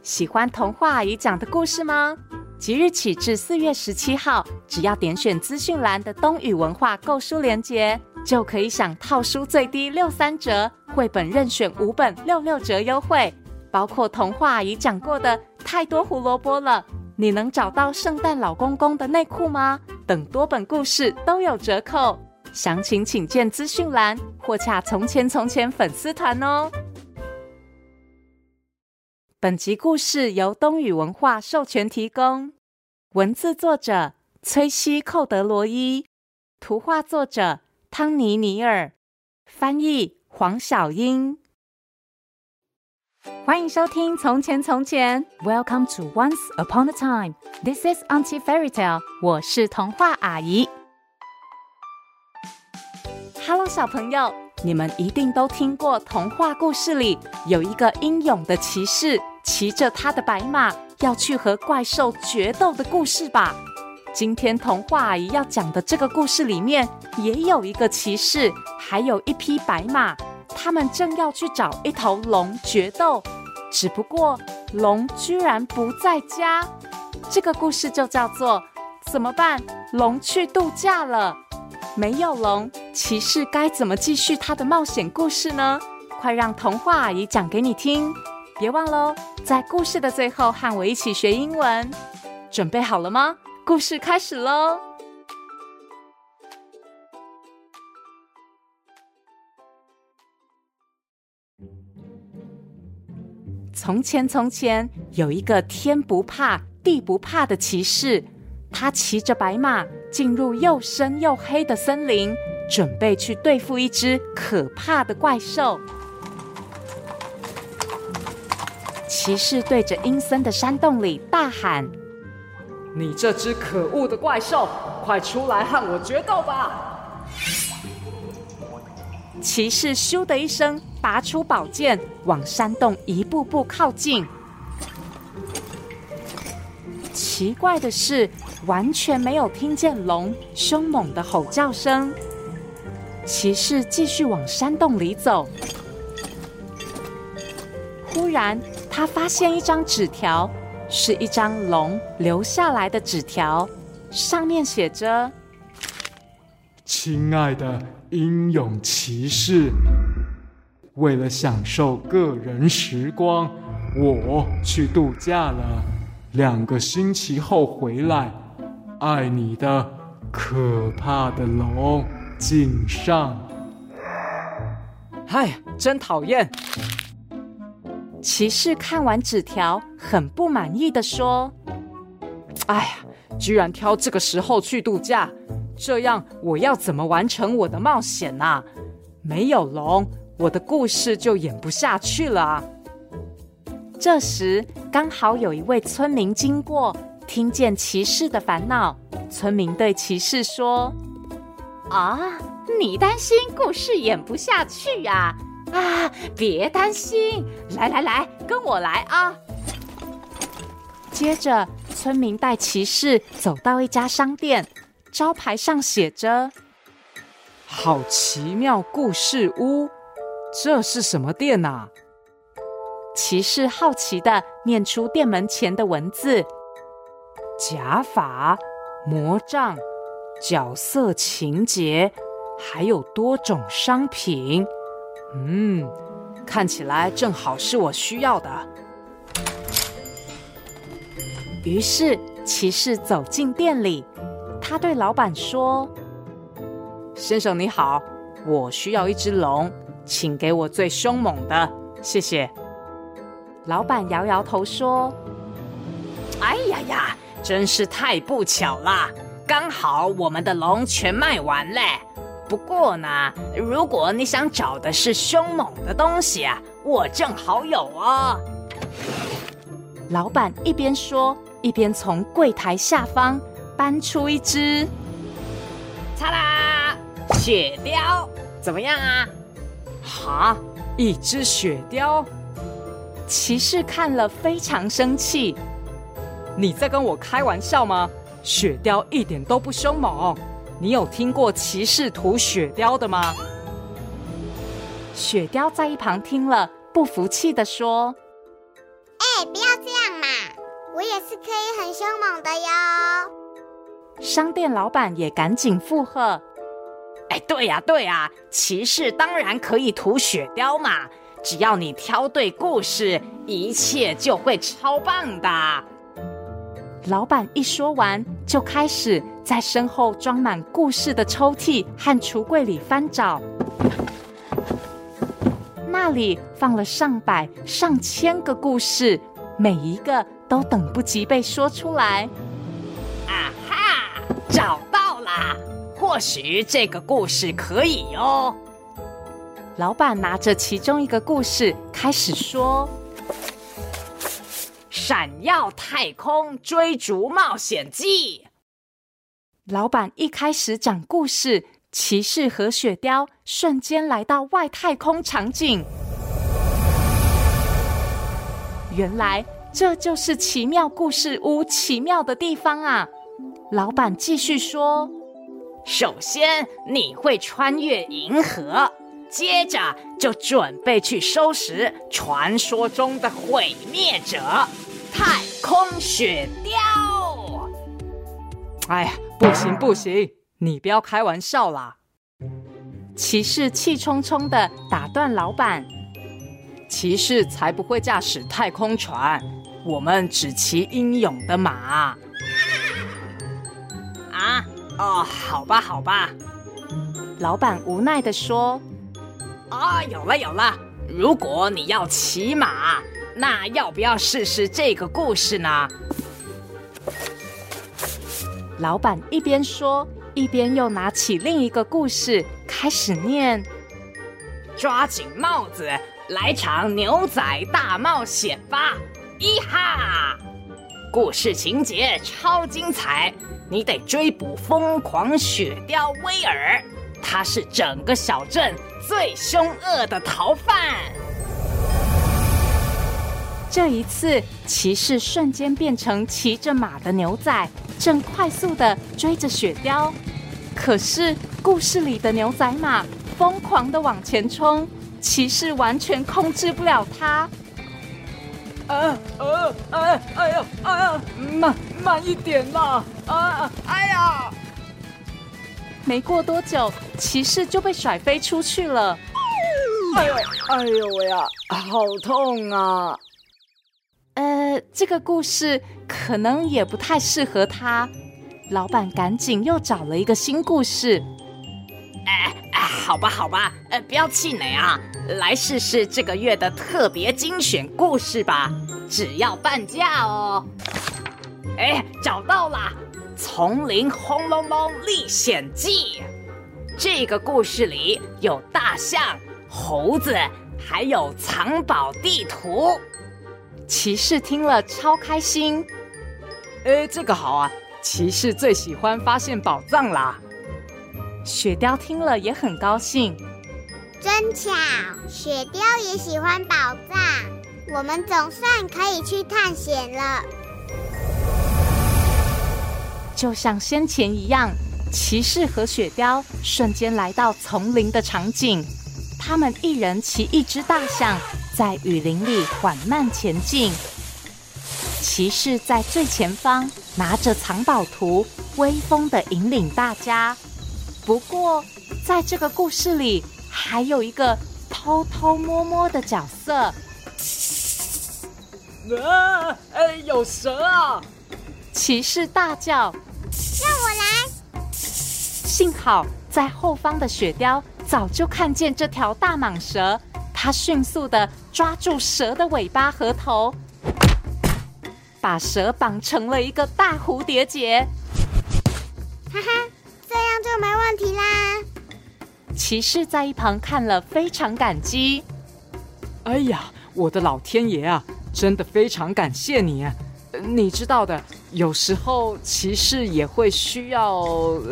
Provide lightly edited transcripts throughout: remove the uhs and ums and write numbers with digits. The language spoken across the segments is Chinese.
喜欢童话阿姨讲的故事吗？即日起至4月17号，只要点选资讯栏的东宇文化购书连结，就可以享套书最低63折，绘本任选5本66折优惠，包括童话阿姨讲过的太多胡萝卜了，你能找到圣诞老公公的内裤吗？等多本故事都有折扣，详情请见资讯栏或洽从前从前粉丝团哦。本集故事由东宇文化授权提供，文字作者崔西·寇德罗伊，图画作者汤尼·尼尔，翻译黄小英。欢迎收听从前从前 Welcome to Once Upon a Time This is Auntie Fairy Tale 我是童话阿姨。 Hello 小朋友，你们一定都听过童话故事里有一个英勇的骑士骑着他的白马要去和怪兽决斗的故事吧？今天童话阿姨要讲的这个故事里面也有一个骑士，还有一匹白马，他们正要去找一头龙决斗，只不过龙居然不在家。这个故事就叫做怎么办？龙去度假了。没有龙，骑士该怎么继续他的冒险故事呢？快让童话阿姨讲给你听。别忘咯，在故事的最后和我一起学英文。准备好了吗？故事开始咯。从前从前有一个天不怕地不怕的骑士，他骑着白马进入又深又黑的森林，准备去对付一只可怕的怪兽。骑士对着阴森的山洞里大喊： 你这只可恶的怪兽，快出来和我决斗吧！ 骑士咻的一声拔出宝剑，往山洞一步步靠近。奇怪的是，完全没有听见龙凶猛的吼叫声。骑士继续往山洞里走，忽然他发现一张纸条，是一张龙留下来的纸条，上面写着： 亲爱的英勇骑士，为了享受个人时光，我去度假了，2个星期后回来，爱你的可怕的龙敬上。 哎，真讨厌！ 骑士看完纸条，很不满意地说： 哎呀，居然挑这个时候去度假，这样我要怎么完成我的冒险啊？没有龙，我的故事就演不下去了啊！ 这时刚好有一位村民经过，听见骑士的烦恼。村民对骑士说：啊，你担心故事演不下去啊？别担心，来，跟我来啊！接着村民带骑士走到一家商店，招牌上写着： 好奇妙故事屋，这是什么店啊？ 骑士好奇地念出店门前的文字： 假发、魔杖、角色情节，还有多种商品。看起来正好是我需要的。 于是骑士走进店里，他对老板说： 先生你好，我需要一只龙，请给我最凶猛的，谢谢。 老板摇摇头说： 哎呀，真是太不巧了，刚好我们的龙全卖完嘞。不过呢，如果你想找的是凶猛的东西啊，我正好有哦。 老板一边说，一边从柜台下方搬出一只， 嚓啦，雪貂，怎么样啊？ 哈，一只雪貂？ 骑士看了非常生气。 你在跟我开玩笑吗？雪貂一点都不凶猛。你有听过骑士屠雪貂的吗？ 雪貂在一旁听了，不服气地说： 不要这样嘛，我也是可以很凶猛的哟。 商店老板也赶紧附和： 对呀，骑士当然可以涂雪貂嘛，只要你挑对故事，一切就会超棒的。 老板一说完，就开始在身后装满故事的抽屉和橱柜里翻找。那里放了上百、上千个故事，每一个都等不及被说出来。 啊哈，找到啦！或许这个故事可以哦。 老板拿着其中一个故事开始说： 闪耀太空追逐冒险记。 老板一开始讲故事，骑士和雪貂瞬间来到外太空场景。原来这就是奇妙故事屋奇妙的地方啊！老板继续说： 首先你会穿越银河，接着就准备去收拾传说中的毁灭者太空雪貂。 哎呀，不行，你不要开玩笑啦！ 骑士气冲冲地打断老板： 骑士才不会驾驶太空船，我们只骑英勇的马。 好吧。 老板无奈地说： 有了，如果你要骑马，那要不要试试这个故事呢？ 老板一边说，一边又拿起另一个故事开始念： 抓紧帽子，来场牛仔大冒险吧！一哈！故事情节超精彩，你得追捕疯狂雪貂威尔，他是整个小镇最凶恶的逃犯。 这一次，骑士瞬间变成骑着马的牛仔，正快速地追着雪貂。可是故事里的牛仔马疯狂地往前冲，骑士完全控制不了它。 慢一点啦！ 哎呀！ 没过多久，骑士就被甩飞出去了。 哎呦喂呀，好痛啊！ 这个故事可能也不太适合他。老板赶紧又找了一个新故事。 好吧，不要气馁啊，来试试这个月的特别精选故事吧，只要半价哦。找到啦，《丛林轰隆隆历险记》。这个故事里有大象、猴子，还有藏宝地图。 骑士听了超开心。 这个好啊，骑士最喜欢发现宝藏啦。 雪貂听了也很高兴。 真巧，雪貂也喜欢宝藏，我们总算可以去探险了。 就像先前一样，骑士和雪貂瞬间来到丛林的场景。他们一人骑一只大象，在雨林里缓慢前进。骑士在最前方，拿着藏宝图，威风地引领大家。不过，在这个故事里，还有一个偷偷摸摸的角色。 有蛇啊！ 骑士大叫： 让我来！ 幸好在后方的雪貂早就看见这条大蟒蛇，它迅速地抓住蛇的尾巴和头，把蛇绑成了一个大蝴蝶结。 哈哈，这样就没问题啦！ 骑士在一旁看了非常感激。 哎呀，我的老天爷啊，真的非常感谢你啊！你知道的，有时候骑士也会需要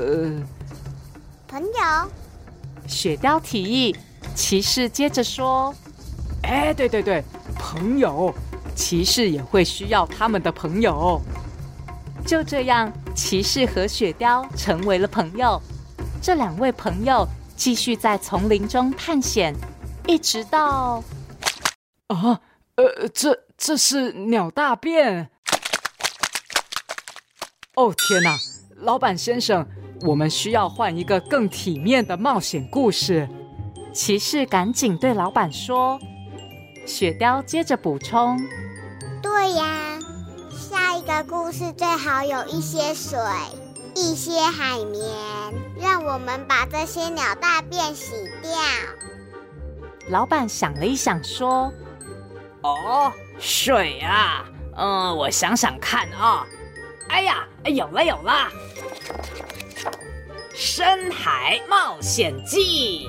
朋友。 雪貂提议，骑士接着说： 对，朋友，骑士也会需要他们的朋友。 就这样，骑士和雪貂成为了朋友。这两位朋友继续在丛林中探险，一直到…… 这是鸟大便。哦天哪，老板先生，我们需要换一个更体面的冒险故事。 骑士赶紧对老板说。雪貂接着补充， 对呀，下一个故事最好有一些水，一些海绵，让我们把这些鸟大便洗掉。 老板想了一想说， 哦，水啊，我想想看啊。哎呀，有了！深海冒险记。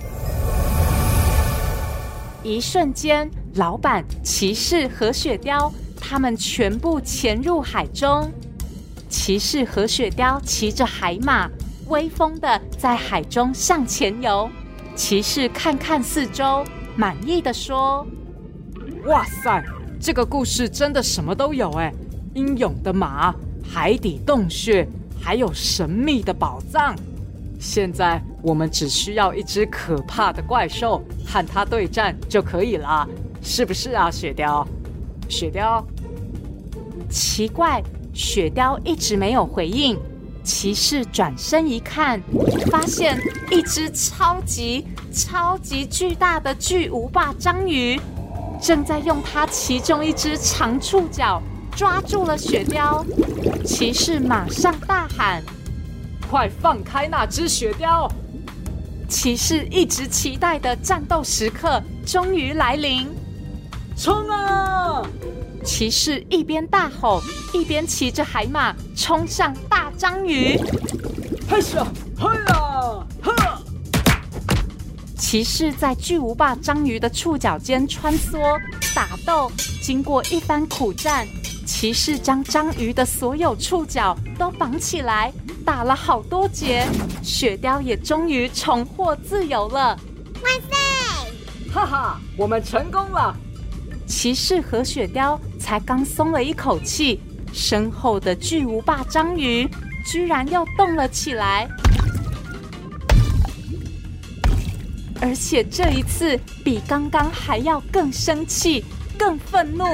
一瞬间，老板、骑士和雪貂他们全部潜入海中。骑士和雪貂骑着海马，威风地在海中向前游。骑士看看四周，满意地说： 哇塞，这个故事真的什么都有哎！英勇的马，海底洞穴，还有神秘的宝藏。现在我们只需要一只可怕的怪兽和它对战就可以了，是不是啊，雪貂？雪貂？ 奇怪，雪貂一直没有回应。骑士转身一看，发现一只超级巨大的巨无霸章鱼正在用它其中一只长触角抓住了雪貂。骑士马上大喊： 快放开那只雪貂！ 骑士一直期待的战斗时刻终于来临， 冲啊！ 骑士一边大吼，一边骑着海马冲向大章鱼。 嘿咻，嘿呀，呵！ 骑士在巨无霸章鱼的触角间穿梭打斗，经过一番苦战，骑士将章鱼的所有触角都绑起来，打了好多结，雪貂也终于重获自由了。 哇塞！ 哈哈，我们成功了！ 骑士和雪貂才刚松了一口气，身后的巨无霸章鱼居然又动了起来，而且这一次比刚刚还要更生气、更愤怒。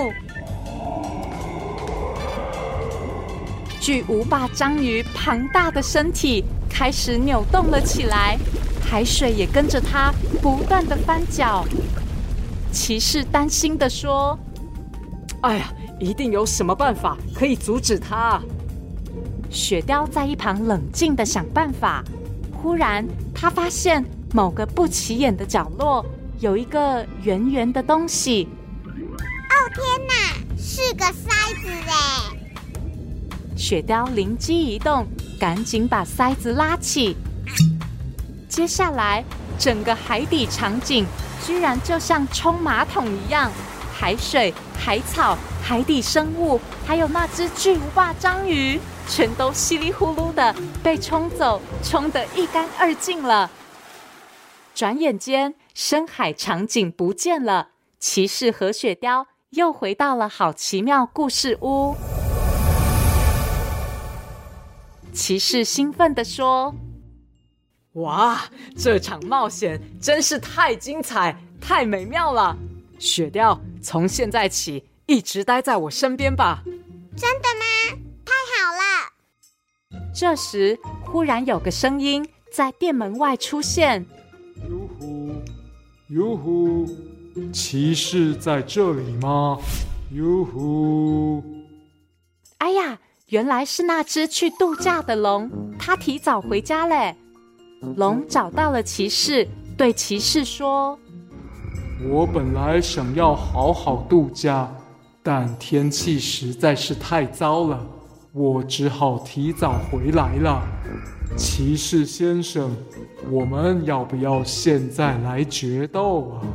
巨无霸章鱼庞大的身体开始扭动了起来，海水也跟着它不断的翻搅。骑士担心地说： 哎呀，一定有什么办法可以阻止它。 雪貂在一旁冷静地想办法，忽然他发现某个不起眼的角落有一个圆圆的东西。 哦天哪，是个塞子耶！ 雪貂灵机一动，赶紧把塞子拉起。接下来整个海底场景居然就像冲马桶一样，海水、海草、海底生物，还有那只巨无霸章鱼，全都稀里呼噜的被冲走，冲得一干二净了。转眼间，深海场景不见了，骑士和雪貂又回到了好奇妙故事屋。骑士兴奋地说： 哇，这场冒险真是太精彩、太美妙了！雪貂，从现在起一直待在我身边吧。 真的吗？太好了！ 这时，忽然有个声音在店门外出现： 哟呼，哟呼，骑士在这里吗？哟呼！ 哎呀，原来是那只去度假的龙，它提早回家嘞。龙找到了骑士，对骑士说： 我本来想要好好度假，但天气实在是太糟了，我只好提早回来了。骑士先生，我们要不要现在来决斗啊？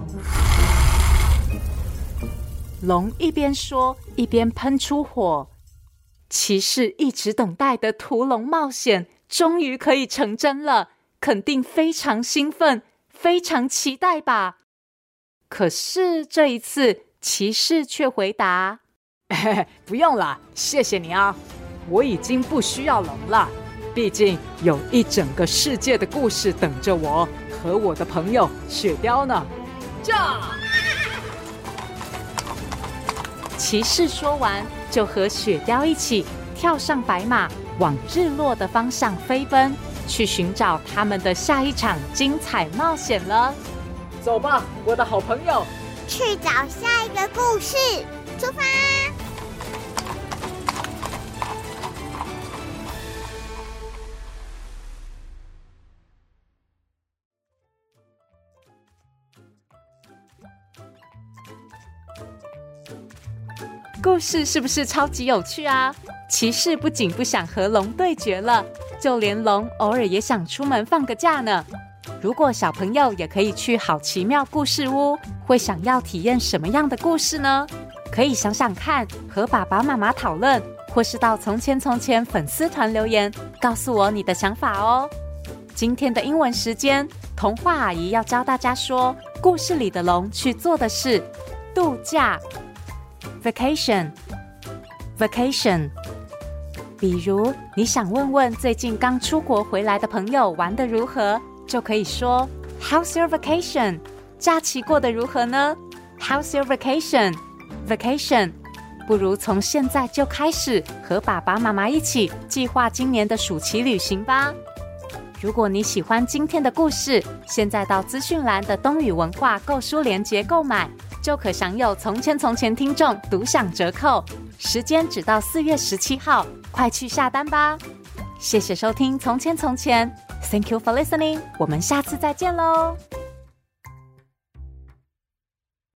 龙一边说，一边喷出火。骑士一直等待的屠龙冒险终于可以成真了，肯定非常兴奋，非常期待吧。可是这一次，骑士却回答： 不用了，谢谢你啊，我已经不需要龙了。毕竟有一整个世界的故事等着我和我的朋友雪貂呢。驾！ 骑士说完，就和雪貂一起跳上白马，往日落的方向飞奔，去寻找他们的下一场精彩冒险了。 走吧，我的好朋友， 去找下一个故事，出发！ 故事是不是超级有趣啊？骑士不仅不想和龙对决了，就连龙偶尔也想出门放个假呢。如果小朋友也可以去好奇妙故事屋，会想要体验什么样的故事呢？可以想想看，和爸爸妈妈讨论，或是到从前从前粉丝团留言，告诉我你的想法哦。今天的英文时间，童话阿姨要教大家说故事里的龙去做的事：度假 vacation。 比如你想问问最近刚出国回来的朋友玩得如何，就可以说 How's your vacation？ 假期过得如何呢？ How's your vacation？ 不如从现在就开始和爸爸妈妈一起计划今年的暑期旅行吧。如果你喜欢今天的故事，现在到资讯栏的东宇文化购书连结购买，就可享有从前从前听众独享折扣，时间只到4月17号，快去下单吧。谢谢收听从前从前， Thank you for listening， 我们下次再见喽。